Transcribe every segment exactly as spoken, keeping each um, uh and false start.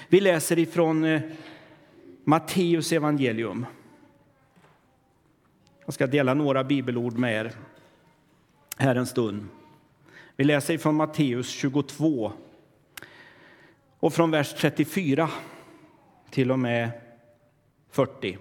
Vi läser ifrån eh, Matteus evangelium. Jag ska dela några bibelord med er här en stund. Vi läser ifrån Matteus tjugotvå och från vers trettiofyra till och med fyrtio.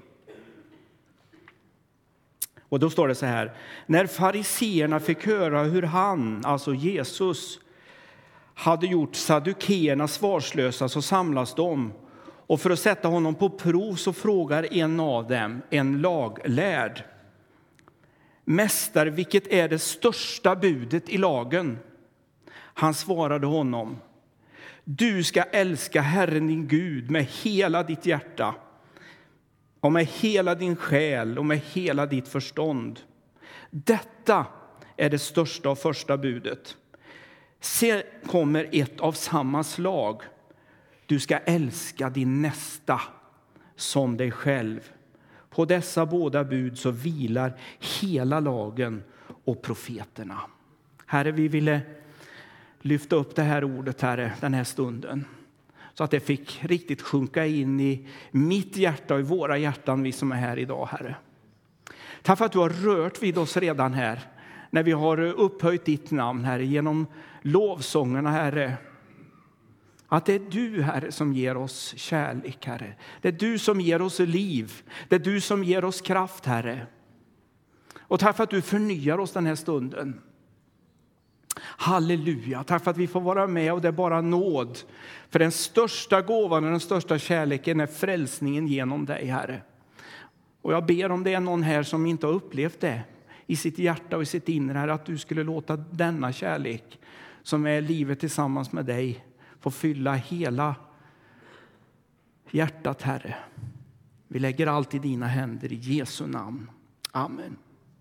Och då står det så här: när fariseerna fick höra hur han, alltså Jesus, hade gjort saddukeerna svarslösa, så samlas de. Och för att sätta honom på prov så frågar en av dem, en laglärd: mästare, vilket är det största budet i lagen? Han svarade honom: du ska älska Herren din Gud med hela ditt hjärta och med hela din själ och med hela ditt förstånd. Detta är det största och första budet. Sen kommer ett av samma slag: du ska älska din nästa som dig själv. På dessa båda bud så vilar hela lagen och profeterna. Herre, vi ville lyfta upp det här ordet, Herre, den här stunden, så att det fick riktigt sjunka in i mitt hjärta och i våra hjärtan, vi som är här idag, Herre. Tack för att du har rört vid oss redan här, när vi har upphöjt ditt namn, Herre, genom lovsångerna, Herre. Att det är du, Herre, som ger oss kärlek, Herre. Det är du som ger oss liv. Det är du som ger oss kraft, Herre. Och tack för att du förnyar oss den här stunden. Halleluja. Tack för att vi får vara med, och det är bara nåd. För den största gåvan och den största kärleken är frälsningen genom dig, Herre. Och jag ber, om det är någon här som inte har upplevt det i sitt hjärta och i sitt inre, Herre, att du skulle låta denna kärlek, som är livet tillsammans med dig, få fylla hela hjärtat, Herre. Vi lägger allt i dina händer i Jesu namn. Amen.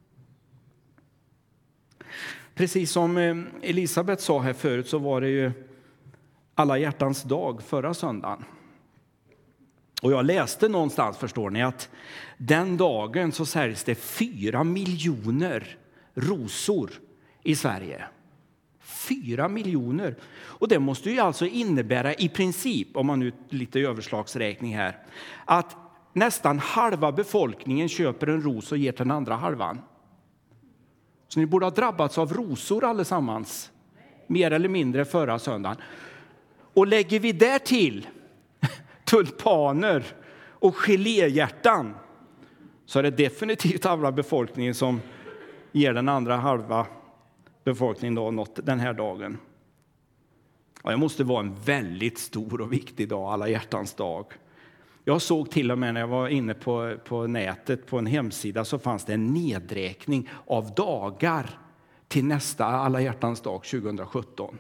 Precis som Elisabeth sa här förut, så var det ju alla hjärtans dag förra söndagen. Och jag läste någonstans, förstår ni, att den dagen så säljs det fyra miljoner rosor i Sverige. Fyra miljoner. Och det måste ju alltså innebära i princip, om man nu lite överslagsräkning här, att nästan halva befolkningen köper en ros och ger till den andra halvan. Så ni borde ha drabbats av rosor allesammans, mer eller mindre förra söndagen. Och lägger vi där till tulpaner och geléhjärtan, så är det definitivt halva befolkningen som ger den andra halva befolkningen då något den här dagen. Och det måste vara en väldigt stor och viktig dag, alla hjärtans dag. Jag såg till och med när jag var inne på, på nätet på en hemsida, så fanns det en nedräkning av dagar till nästa alla hjärtans dag tjugohundrasjutton.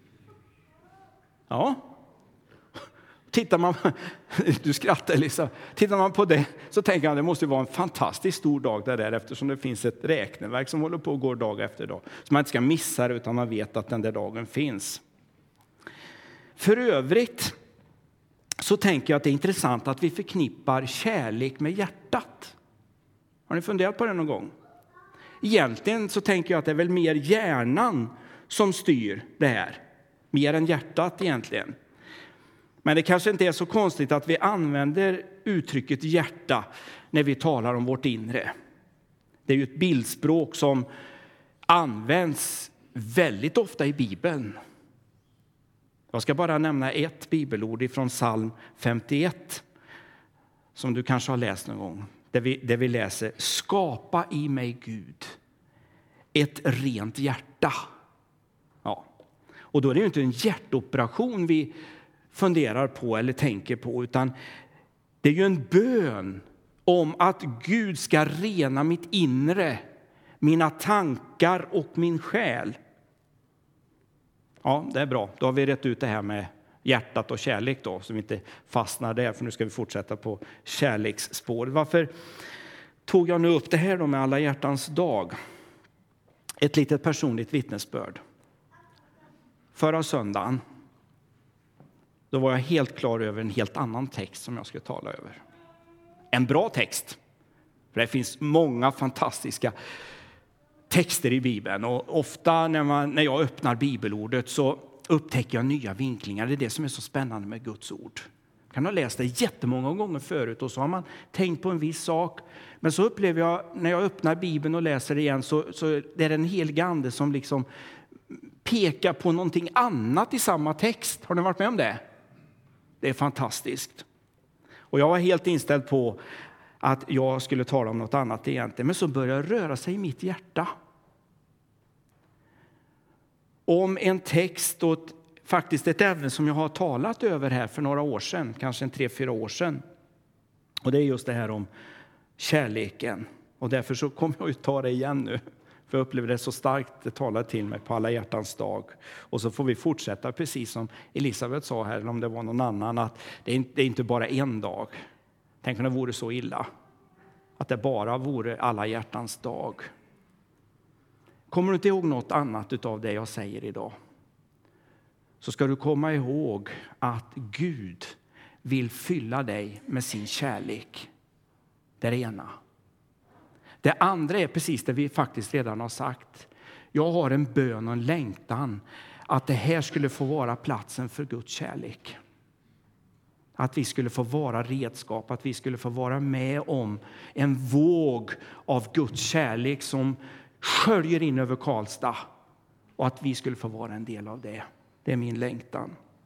Ja. Tittar man, du skrattar Elisa, tittar man på det så tänker man att det måste vara en fantastiskt stor dag där, där eftersom det finns ett räkneverk som håller på att gå dag efter dag. Så man inte ska missa det, utan man vet att den där dagen finns. För övrigt så tänker jag att det är intressant att vi förknippar kärlek med hjärtat. Har ni funderat på det någon gång? Egentligen så tänker jag att det är väl mer hjärnan som styr det här. Mer än hjärtat egentligen. Men det kanske inte är så konstigt att vi använder uttrycket hjärta när vi talar om vårt inre. Det är ju ett bildspråk som används väldigt ofta i Bibeln. Jag ska bara nämna ett bibelord från psalm femtioett som du kanske har läst någon gång. Där vi, där vi läser: skapa i mig, Gud, ett rent hjärta. Ja. Och då är det ju inte en hjärtoperation vi funderar på eller tänker på, utan det är ju en bön om att Gud ska rena mitt inre, mina tankar och min själ. Ja, det är bra. Då har vi rätt ut det här med hjärtat och kärlek då, så vi inte fastnar där, för nu ska vi fortsätta på kärleksspår. Varför tog jag nu upp det här då med alla hjärtans dag? Ett litet personligt vittnesbörd. Förra söndagen, då var jag helt klar över en helt annan text som jag skulle tala över. En bra text. För det finns många fantastiska texter i Bibeln. Och ofta när, man, när jag öppnar bibelordet så upptäcker jag nya vinklingar. Det är det som är så spännande med Guds ord. kan ha läst det jättemånga gånger förut och så har man tänkt på en viss sak. Men så upplever jag när jag öppnar Bibeln och läser det igen så, så det är den heliga ande som liksom pekar på någonting annat i samma text. Har ni varit med om det? Det är fantastiskt. Och jag var helt inställd på att jag skulle tala om något annat egentligen. Men så började det röra sig i mitt hjärta. Om en text och ett, faktiskt ett ämne som jag har talat över här för några år sedan. Kanske en tre, fyra år sedan. Och det är just det här om kärleken. Och därför så kommer jag att ta det igen nu. För jag upplever det så starkt, det talar till mig på alla hjärtans dag. Och så får vi fortsätta precis som Elisabeth sa här, eller om det var någon annan, att det är inte, det är inte bara en dag. Tänk om det vore så illa. Att det bara vore alla hjärtans dag. Kommer du inte ihåg något annat av det jag säger idag? Så ska du komma ihåg att Gud vill fylla dig med sin kärlek. Det är det ena. Det andra är precis det vi faktiskt redan har sagt. Jag har en bön och en längtan att det här skulle få vara platsen för Guds kärlek. Att vi skulle få vara redskap, att vi skulle få vara med om en våg av Guds kärlek som sköljer in över Karlstad. Och att vi skulle få vara en del av det. Det är min längtan.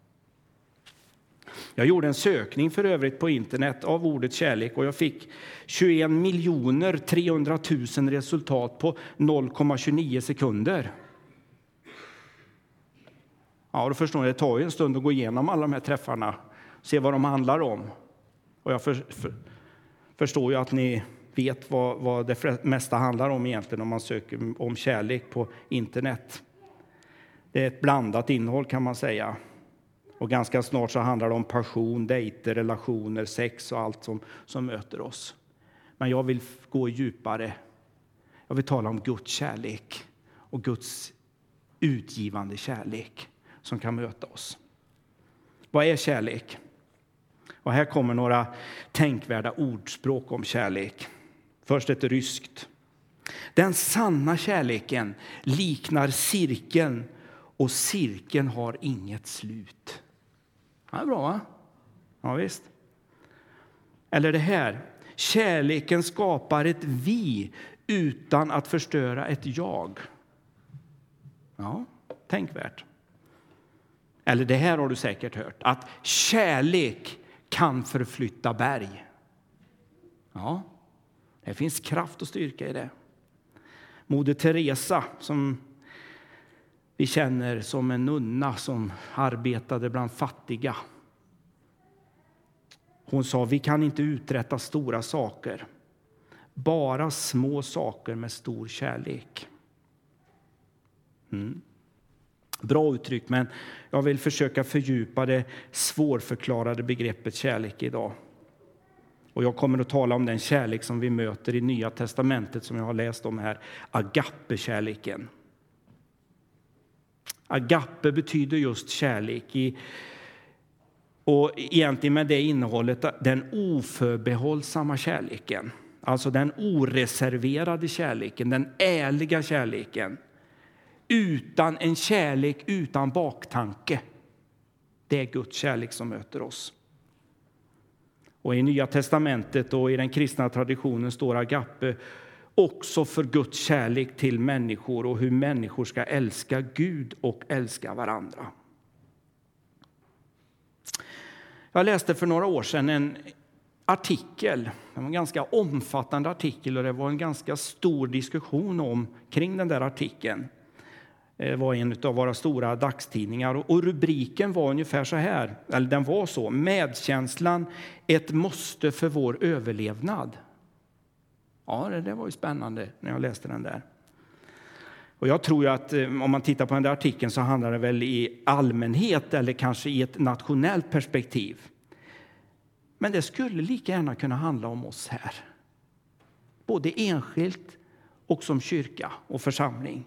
Jag gjorde en sökning för övrigt på internet av ordet kärlek och jag fick tjugoen miljoner trehundratusen resultat på noll komma tjugonio sekunder. Ja, då förstår ni, det tar ju en stund att gå igenom alla de här träffarna, se vad de handlar om. Och jag för, för, förstår ju att ni vet vad, vad det mesta handlar om egentligen om man söker om kärlek på internet. Det är ett blandat innehåll kan man säga. Och ganska snart så handlar det om passion, dejter, relationer, sex och allt som, som möter oss. Men jag vill gå djupare. Jag vill tala om Guds kärlek och Guds utgivande kärlek som kan möta oss. Vad är kärlek? Och här kommer några tänkvärda ordspråk om kärlek. Först ett ryskt. Den sanna kärleken liknar cirkeln och cirkeln har inget slut. Ja, det är bra va? Ja visst. Eller det här. Kärleken skapar ett vi utan att förstöra ett jag. Ja, tänkvärt. Eller det här har du säkert hört. Att kärlek kan förflytta berg. Ja, det finns kraft och styrka i det. Moder Teresa som vi känner som en nunna som arbetade bland fattiga. Hon sa, vi kan inte uträtta stora saker. Bara små saker med stor kärlek. Mm. Bra uttryck, men jag vill försöka fördjupa det svårförklarade begreppet kärlek idag. Och jag kommer att tala om den kärlek som vi möter i Nya testamentet som jag har läst om här. Agape-kärleken. Agape betyder just kärlek i, och egentligen med det innehållet den oförbehållsamma kärleken. Alltså den oreserverade kärleken, den ärliga kärleken. Utan en kärlek utan baktanke. Det är Guds kärlek som möter oss. Och i Nya testamentet och i den kristna traditionen står agape också för Guds kärlek till människor och hur människor ska älska Gud och älska varandra. Jag läste för några år sedan en artikel, det var en ganska omfattande artikel och det var en ganska stor diskussion om kring den där artikeln. Det var en av våra stora dagstidningar och rubriken var ungefär så här, eller den var så, medkänslan ett måste för vår överlevnad. Ja, det, det var ju spännande när jag läste den där. Och jag tror ju att om man tittar på den där artikeln så handlar det väl i allmänhet eller kanske i ett nationellt perspektiv. Men det skulle lika gärna kunna handla om oss här. Både enskilt och som kyrka och församling.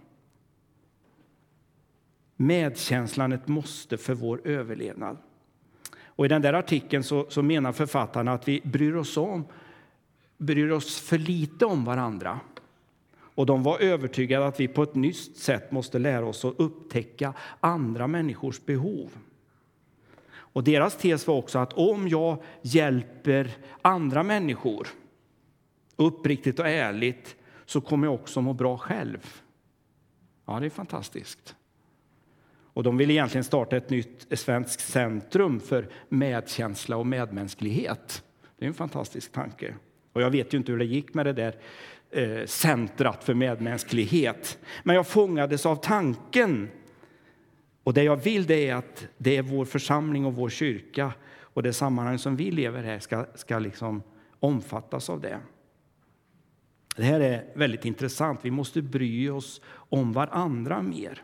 Medkänslan ett måste för vår överlevnad. Och i den där artikeln så, så menar författarna att vi bryr oss om bryr oss för lite om varandra. Och de var övertygade att vi på ett nytt sätt måste lära oss att upptäcka andra människors behov. Och deras tes var också att om jag hjälper andra människor uppriktigt och ärligt så kommer jag också må bra själv. Ja, det är fantastiskt. Och de vill egentligen starta ett nytt svenskt centrum för medkänsla och medmänsklighet. Det är en fantastisk tanke. Och jag vet ju inte hur det gick med det där eh, centrat för medmänsklighet. Men jag fångades av tanken. Och det jag vill det är att det är vår församling och vår kyrka och det sammanhang som vi lever här ska, ska liksom omfattas av det. Det här är väldigt intressant. Vi måste bry oss om varandra mer.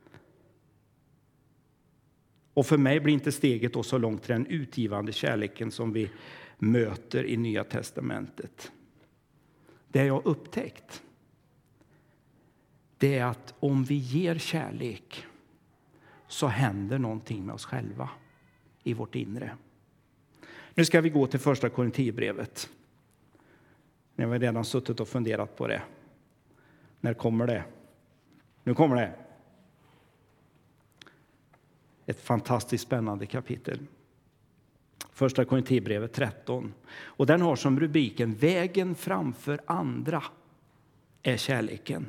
Och för mig blir inte steget då så långt till den utgivande kärleken som vi möter i Nya testamentet. Det jag upptäckt, det är att om vi ger kärlek så händer någonting med oss själva i vårt inre. Nu ska vi gå till första Korinthierbrevet. Ni har redan suttit och funderat på det. När kommer det? Nu kommer det. Ett fantastiskt spännande kapitel. Första Korinthierbrevet tretton. Och den har som rubriken Vägen framför andra är kärleken.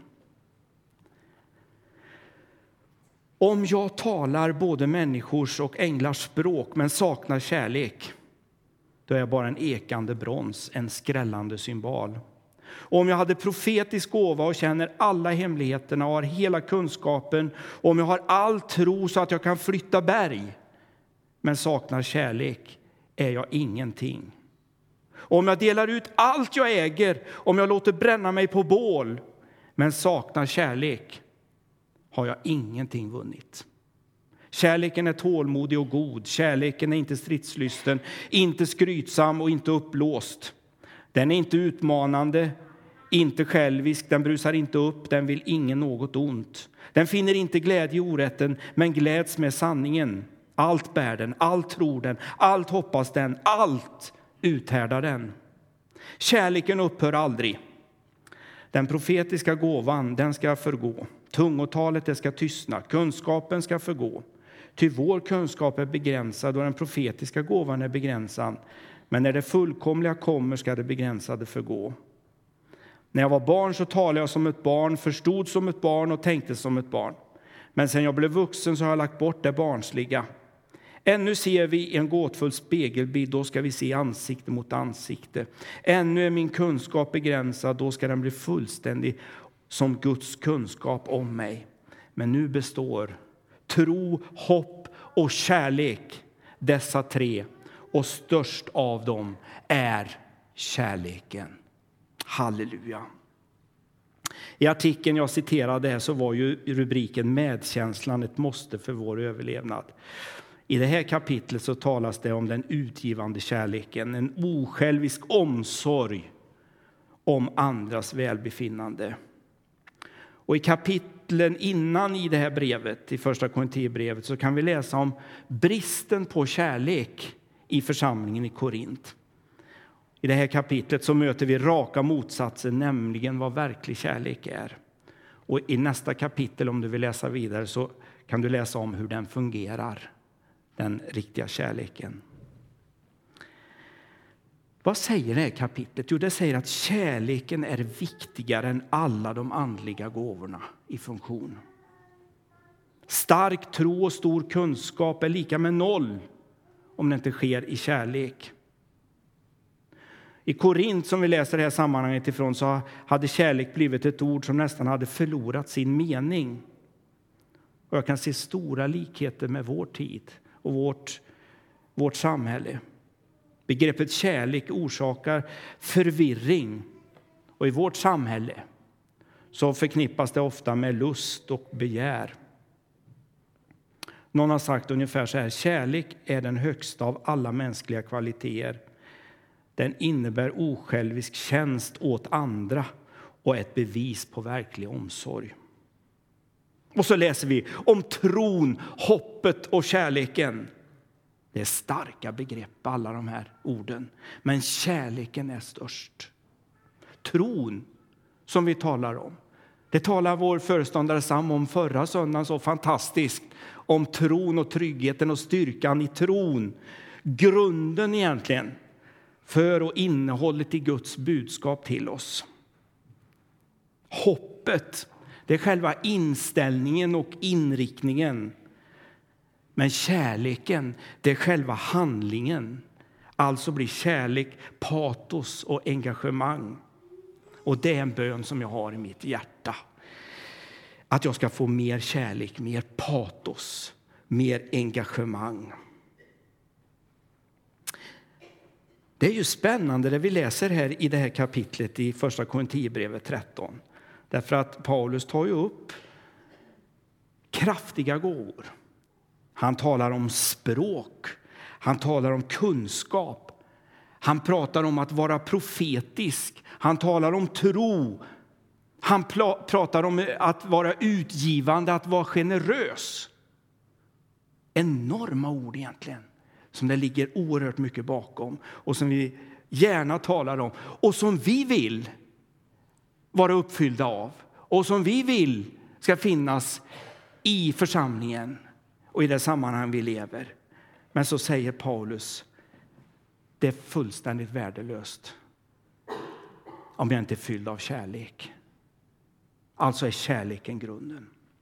Om jag talar både människors och änglars språk men saknar kärlek, då är jag bara en ekande brons, en skrällande symbol. Och om jag hade profetisk gåva och känner alla hemligheterna och har hela kunskapen, och om jag har all tro så att jag kan flytta berg men saknar kärlek, är jag ingenting. Och om jag delar ut allt jag äger, om jag låter bränna mig på bål men saknar kärlek, har jag ingenting vunnit. Kärleken är tålmodig och god. Kärleken är inte stridslysten, inte skrytsam och inte uppblåst. Den är inte utmanande, inte självisk, den brusar inte upp, den vill ingen något ont. Den finner inte glädje i orätten, men gläds med sanningen. Allt bär den, allt tror den, allt hoppas den, allt uthärdar den. Kärleken upphör aldrig. Den profetiska gåvan, den ska förgå. Tungotalet, det ska tystna. Kunskapen ska förgå. Ty vår kunskap är begränsad och den profetiska gåvan är begränsad. Men när det fullkomliga kommer ska det begränsade förgå. När jag var barn så talade jag som ett barn, förstod som ett barn och tänkte som ett barn. Men sen jag blev vuxen så har jag lagt bort det barnsliga. Ännu ser vi en gåtfull spegelbild, då ska vi se ansikte mot ansikte. Ännu är min kunskap begränsad, då ska den bli fullständig som Guds kunskap om mig. Men nu består tro, hopp och kärlek, dessa tre. Och störst av dem är kärleken. Halleluja. I artikeln jag citerade så var ju rubriken Medkänslan ett måste för vår överlevnad. I det här kapitlet så talas det om den utgivande kärleken, en osjälvisk omsorg om andras välbefinnande. Och i kapitlen innan i det här brevet, i första Korinthierbrevet, så kan vi läsa om bristen på kärlek i församlingen i Korint. I det här kapitlet så möter vi raka motsatsen, nämligen vad verklig kärlek är. Och i nästa kapitel, om du vill läsa vidare, så kan du läsa om hur den fungerar, den riktiga kärleken. Vad säger det här kapitlet? Jo, det säger att kärleken är viktigare än alla de andliga gåvorna i funktion. Stark tro och stor kunskap är lika med noll om det inte sker i kärlek. I Korint, som vi läser det här sammanhanget ifrån, så hade kärlek blivit ett ord som nästan hade förlorat sin mening. Och jag kan se stora likheter med vår tid och vårt, vårt samhälle. Begreppet kärlek orsakar förvirring. Och i vårt samhälle så förknippas det ofta med lust och begär. Någon har sagt ungefär så här: kärlek är den högsta av alla mänskliga kvaliteter. Den innebär osjälvisk tjänst åt andra och ett bevis på verklig omsorg. Och så läser vi om tron, hoppet och kärleken. Det är starka begrepp, alla de här orden. Men kärleken är störst. Tron som vi talar om, Det talar vår föreståndare Sam om förra söndagen så fantastiskt. Om tron och tryggheten och styrkan i tron. Grunden egentligen för och innehållet i Guds budskap till oss. Hoppet, det är själva inställningen och inriktningen. Men kärleken, det är själva handlingen. Alltså blir kärlek patos och engagemang. Och det är en bön som jag har i mitt hjärta. Att jag ska få mer kärlek, mer patos, mer engagemang. Det är ju spännande det vi läser här i det här kapitlet i första Korinthierbrevet tretton. Därför att Paulus tar ju upp kraftiga gåvor. Han talar om språk. Han talar om kunskap. Han pratar om att vara profetisk. Han talar om tro. Han pl- pratar om att vara utgivande, att vara generös. Enorma ord egentligen. Som det ligger oerhört mycket bakom. Och som vi gärna talar om. Och som vi vill vara uppfyllda av. Och som vi vill ska finnas i församlingen. Och i det sammanhang vi lever. Men så säger Paulus. Det är fullständigt värdelöst. Om jag inte är fylld av kärlek. Alltså är kärleken grunden.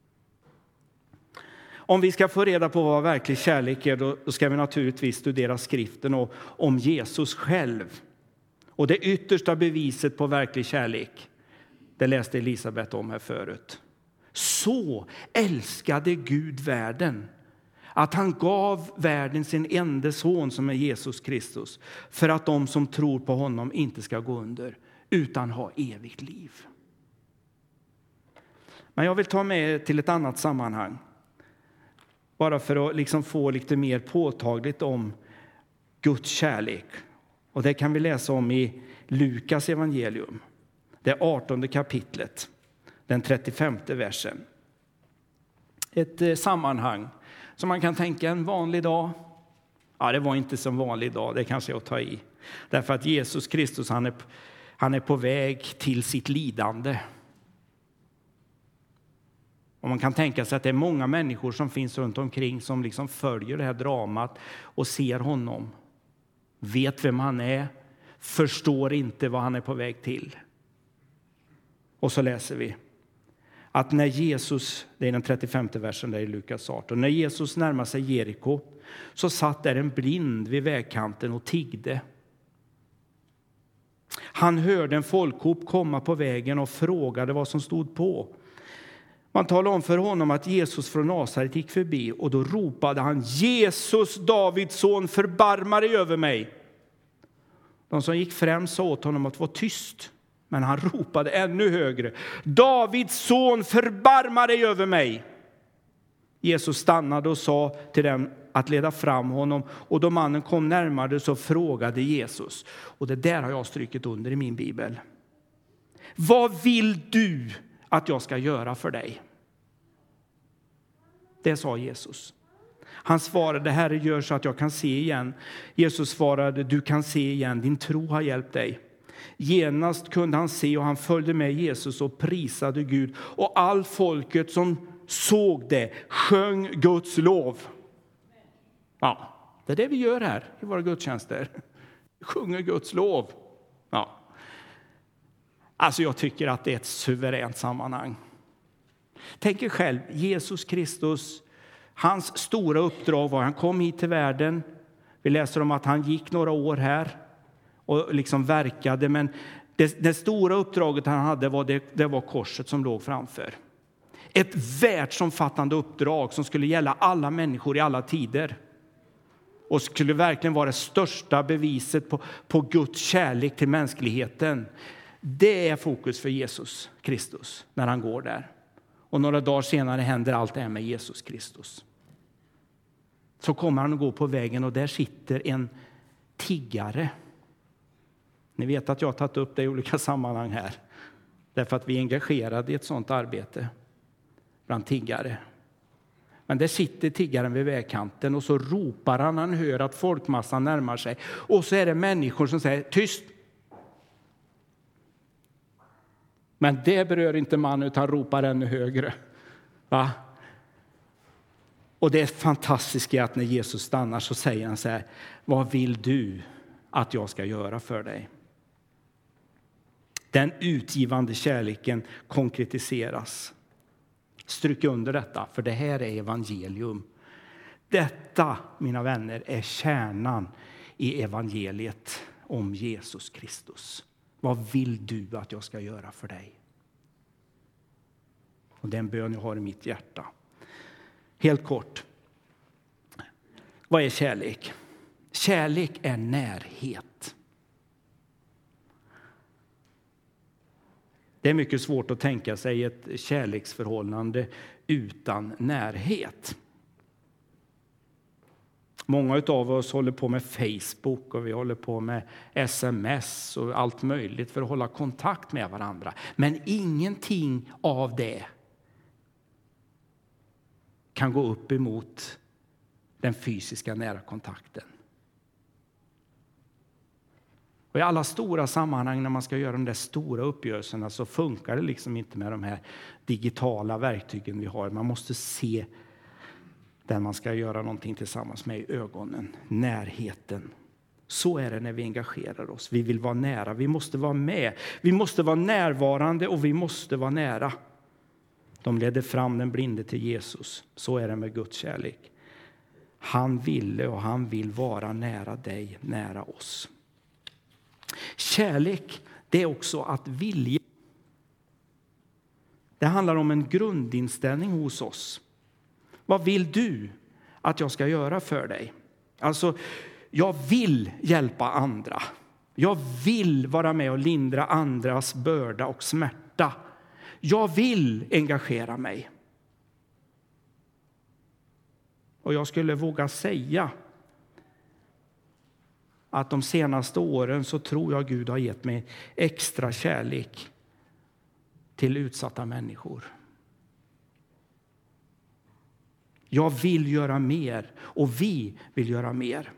Om vi ska få reda på vad verklig kärlek är, då ska vi naturligtvis studera skriften och om Jesus själv. Och det yttersta beviset på verklig kärlek, det läste Elisabeth om här förut. Så älskade Gud världen, att han gav världen sin enda son som är Jesus Kristus, för att de som tror på honom inte ska gå under, utan ha evigt liv. Men jag vill ta med till ett annat sammanhang. Bara för att liksom få lite mer påtagligt om Guds kärlek. Och det kan vi läsa om i Lukas evangelium. Det artonde kapitlet. Den trettiofemte versen. Ett eh, sammanhang som man kan tänka en vanlig dag. Ja, det var inte som vanlig dag, det kanske jag tar i. Därför att Jesus Kristus, han är, han är på väg till sitt lidande. Och man kan tänka sig att det är många människor som finns runt omkring som liksom följer det här dramat och ser honom. Vet vem han är, förstår inte vad han är på väg till. Och så läser vi att när Jesus, det är den trettiofemte versen där i Lukas arton, när Jesus närmar sig Jeriko så satt där en blind vid vägkanten och tiggde. Han hörde en folkhop komma på vägen och frågade vad som stod på. Man talade om för honom att Jesus från Nasaret gick förbi, och då ropade han: Jesus, Davids son, förbarma dig över mig. De som gick fram sa åt honom att vara tyst, men han ropade ännu högre: Davids son, förbarma dig över mig. Jesus stannade och sa till dem att leda fram honom, och då mannen kom närmare så frågade Jesus, och det där har jag strykit under i min bibel: vad vill du att jag ska göra för dig? Det sa Jesus. Han svarade: Herre, gör så att jag kan se igen. Jesus svarade: du kan se igen, din tro har hjälpt dig. Genast kunde han se, och han följde med Jesus och prisade Gud. Och all folket som såg det sjöng Guds lov. Ja, det är det vi gör här i våra gudstjänster. Sjunger Guds lov. Ja. Alltså jag tycker att det är ett suveränt sammanhang. Tänk er själv, Jesus Kristus, hans stora uppdrag var, han kom hit till världen. Vi läser om att han gick några år här och liksom verkade, men det, det stora uppdraget han hade var det, det var korset som låg framför. Ett världsomfattande uppdrag som skulle gälla alla människor i alla tider. Och skulle verkligen vara det största beviset på, på Guds kärlek till mänskligheten. Det är fokus för Jesus Kristus när han går där. Och några dagar senare händer allt det här med Jesus Kristus. Så kommer han att gå på vägen, och där sitter en tiggare. Ni vet att jag har tagit upp det i olika sammanhang här. Därför att vi är engagerade i ett sådant arbete bland tiggare. Men där sitter tiggaren vid vägkanten, och så ropar han, han hör att folkmassan närmar sig. Och så är det människor som säger: tyst! Men det berör inte mannen utan ropar ännu högre. Va? Och det är fantastiskt att när Jesus stannar så säger han så här: vad vill du att jag ska göra för dig? Den utgivande kärleken konkretiseras. Stryk under detta, för det här är evangelium. Detta, mina vänner, är kärnan i evangeliet om Jesus Kristus. Vad vill du att jag ska göra för dig? Och den bön jag har i mitt hjärta. Helt kort. Vad är kärlek? Kärlek är närhet. Det är mycket svårt att tänka sig ett kärleksförhållande utan närhet. Många av oss håller på med Facebook och vi håller på med sms och allt möjligt för att hålla kontakt med varandra. Men ingenting av det kan gå upp emot den fysiska nära kontakten. Och i alla stora sammanhang när man ska göra de där stora uppgörelserna så funkar det liksom inte med de här digitala verktygen vi har. Man måste se där man ska göra någonting tillsammans med i ögonen. Närheten. Så är det när vi engagerar oss. Vi vill vara nära. Vi måste vara med. Vi måste vara närvarande och vi måste vara nära. De ledde fram den blinde till Jesus. Så är det med Guds kärlek. Han ville och han vill vara nära dig, nära oss. Kärlek, det är också att vilja. Det handlar om en grundinställning hos oss. Vad vill du att jag ska göra för dig? Alltså, jag vill hjälpa andra. Jag vill vara med och lindra andras börda och smärta. Jag vill engagera mig. Och jag skulle våga säga att de senaste åren så tror jag Gud har gett mig extra kärlek till utsatta människor. Jag vill göra mer och vi vill göra mer.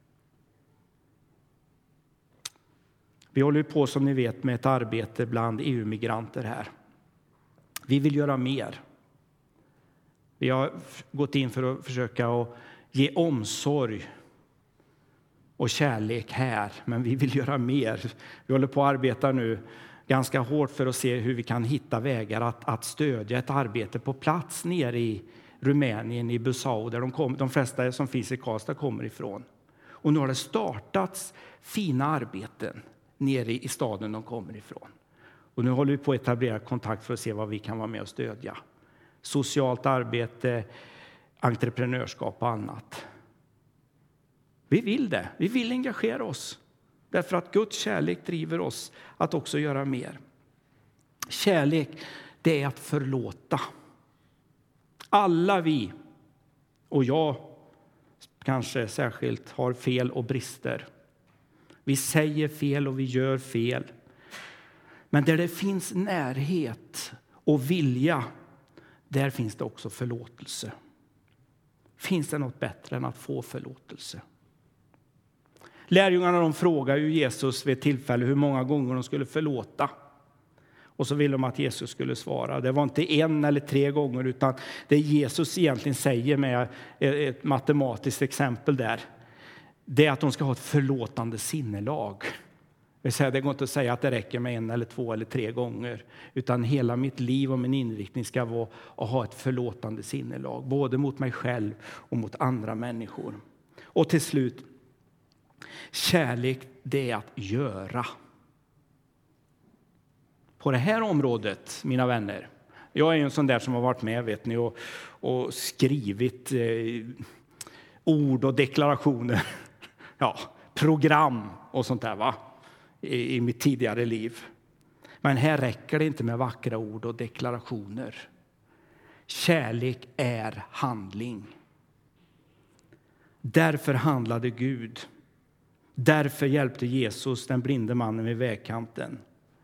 Vi håller på som ni vet med ett arbete bland E U-migranter här. Vi vill göra mer. Vi har gått in för att försöka att ge omsorg och kärlek här, men vi vill göra mer. Vi håller på att arbeta nu ganska hårt för att se hur vi kan hitta vägar att, att stödja ett arbete på plats nere i Rumänien, i Busau, där de, kom, de flesta som finns i Karlstad kommer ifrån. Och nu har det startats fina arbeten nere i staden de kommer ifrån. Och nu håller vi på att etablera kontakt för att se vad vi kan vara med och stödja. Socialt arbete, entreprenörskap och annat. Vi vill det. Vi vill engagera oss. Därför att Guds kärlek driver oss att också göra mer. Kärlek, det är att förlåta. Alla vi, och jag kanske särskilt, har fel och brister. Vi säger fel och vi gör fel. Men där det finns närhet och vilja, där finns det också förlåtelse. Finns det något bättre än att få förlåtelse? Lärjungarna de frågar ju Jesus vid ett tillfälle hur många gånger de skulle förlåta. Och så vill de att Jesus skulle svara. Det var inte en eller tre gånger, utan det Jesus egentligen säger med ett matematiskt exempel där, det är att de ska ha ett förlåtande sinnelag. Det går inte att säga att det räcker med en eller två eller tre gånger, utan hela mitt liv och min inriktning ska vara att ha ett förlåtande sinnelag, både mot mig själv och mot andra människor. Och till slut, kärlek, det är att göra. På det här området, mina vänner, jag är en sån där som har varit med, vet ni, och, och skrivit eh, ord och deklarationer, ja, program och sånt där, va? I, i mitt tidigare liv. Men här räcker det inte med vackra ord och deklarationer. Kärlek är handling. Därför handlade Gud. Därför hjälpte Jesus den blinde mannen vid vägkanten.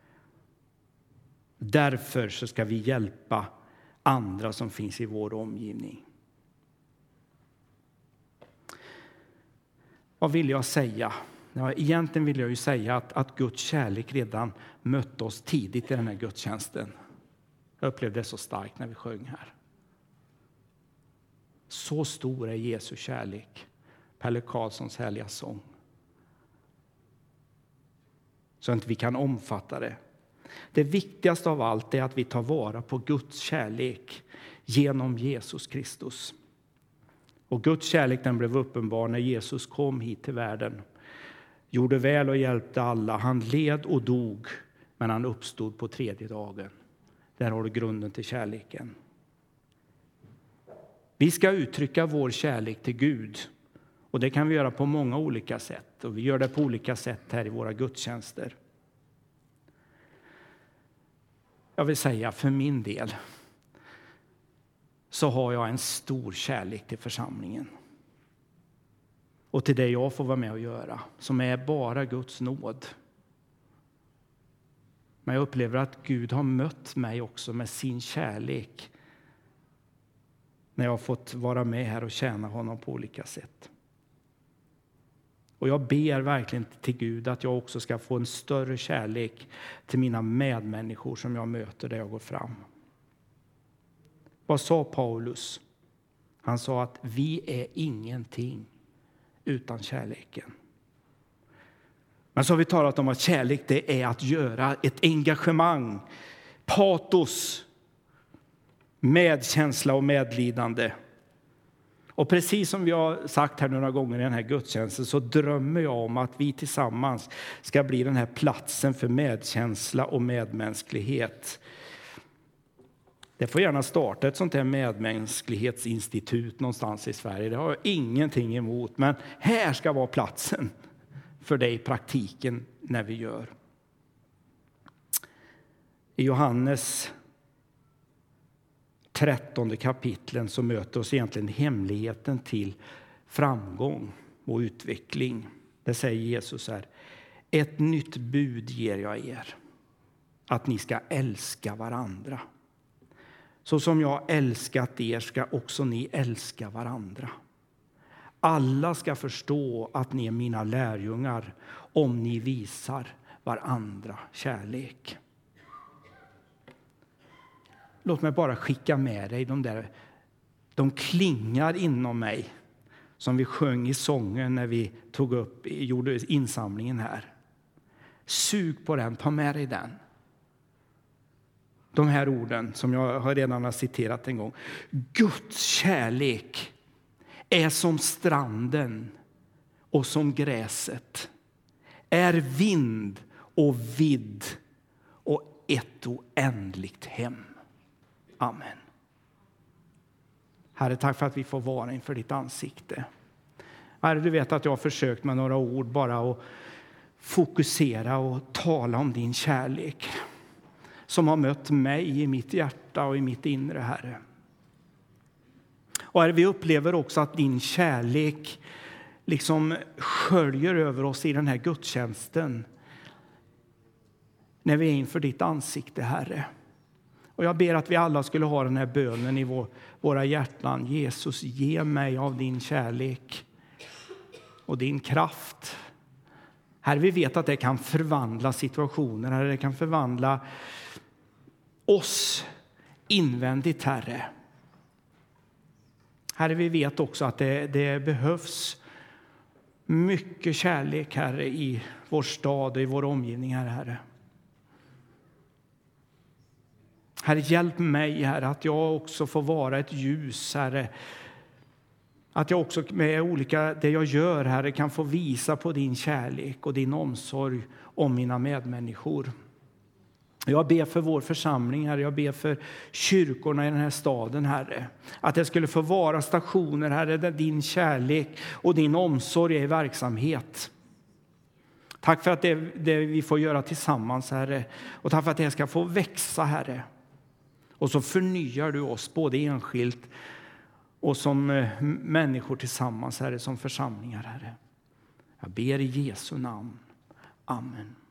Därför så ska vi hjälpa andra som finns i vår omgivning. Vad vill jag säga Ja, egentligen vill jag ju säga att, att Guds kärlek redan mötte oss tidigt i den här gudstjänsten. Jag upplevde det så starkt när vi sjöng här. Så stor är Jesu kärlek. Pelle Karlssons härliga sång. Så att vi kan omfatta det. Det viktigaste av allt är att vi tar vara på Guds kärlek genom Jesus Kristus. Och Guds kärlek den blev uppenbar när Jesus kom hit till världen. Gjorde väl och hjälpte alla. Han led och dog, men han uppstod på tredje dagen. Där har du grunden till kärleken. Vi ska uttrycka vår kärlek till Gud. Och det kan vi göra på många olika sätt. Och vi gör det på olika sätt här i våra gudstjänster. Jag vill säga för min del så har jag en stor kärlek till församlingen. Och till det jag får vara med och göra. Som är bara Guds nåd. Men jag upplever att Gud har mött mig också med sin kärlek. När jag har fått vara med här och tjäna honom på olika sätt. Och jag ber verkligen till Gud att jag också ska få en större kärlek till mina medmänniskor som jag möter där jag går fram. Vad sa Paulus? Han sa att vi är ingenting utan kärleken. Men så har vi talat om att kärlek det är att göra ett engagemang, patos, medkänsla och medlidande. Och precis som vi har sagt här några gånger i den här gudstjänsten så drömmer jag om att vi tillsammans ska bli den här platsen för medkänsla och medmänsklighet. Det får gärna starta ett sånt här medmänsklighetsinstitut någonstans i Sverige. Det har jag ingenting emot, men här ska vara platsen för det i praktiken när vi gör. I Johannes trettonde kapitlen så möter oss egentligen hemligheten till framgång och utveckling. Det säger Jesus här. Ett nytt bud ger jag er. Att ni ska älska varandra. Så som jag älskat er ska också ni älska varandra. Alla ska förstå att ni är mina lärjungar om ni visar varandra kärlek. Låt mig bara skicka med dig de där, de klingar inom mig som vi sjöng i sången när vi tog upp, gjorde insamlingen här. Sug på den, ta med dig den. De här orden som jag har redan har citerat en gång. Guds kärlek är som stranden och som gräset. Är vind och vidd och ett oändligt hem. Amen. Herre, tack för att vi får vara inför ditt ansikte. Herre, du vet att jag har försökt med några ord bara att fokusera och tala om din kärlek. Som har mött mig i mitt hjärta och i mitt inre, Herre. Och Herre, vi upplever också att din kärlek liksom sköljer över oss i den här gudstjänsten. När vi är inför ditt ansikte, Herre. Och jag ber att vi alla skulle ha den här bönen i vår, våra hjärtan. Jesus, ge mig av din kärlek och din kraft. Herre, vi vet att det kan förvandla situationer. Herre, det kan förvandla oss invändigt, Herre. Herre, vi vet också att det, det behövs mycket kärlek, Herre, i vår stad och i vår omgivning, Herre. Herre, hjälp mig, Herre, att jag också får vara ett ljus, Herre. Att jag också med olika, det jag gör, Herre, kan få visa på din kärlek och din omsorg om mina medmänniskor. Jag ber för vår församling, Herre. Jag ber för kyrkorna i den här staden, Herre. Att det skulle få vara stationer, Herre, där din kärlek och din omsorg är i verksamhet. Tack för att det, det vi får göra tillsammans, Herre. Och tack för att det ska få växa, Herre. Och så förnyar du oss både enskilt och som människor tillsammans, Herre, som församlingar, Herre. Jag ber i Jesu namn. Amen.